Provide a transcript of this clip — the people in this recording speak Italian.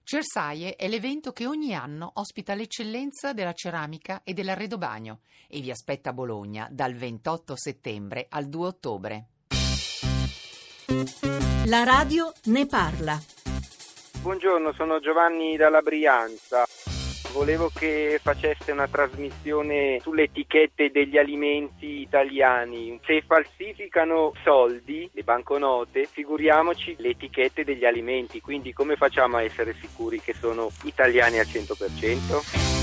Cersaie è l'evento che ogni anno ospita l'eccellenza della ceramica e dell'arredobagno e vi aspetta a Bologna dal 28 settembre al 2 ottobre. La radio ne parla. Buongiorno, sono Giovanni dalla Brianza. Volevo che faceste una trasmissione sulle etichette degli alimenti italiani. Se falsificano soldi, le banconote, figuriamoci le etichette degli alimenti. Quindi come facciamo a essere sicuri che sono italiani al 100%?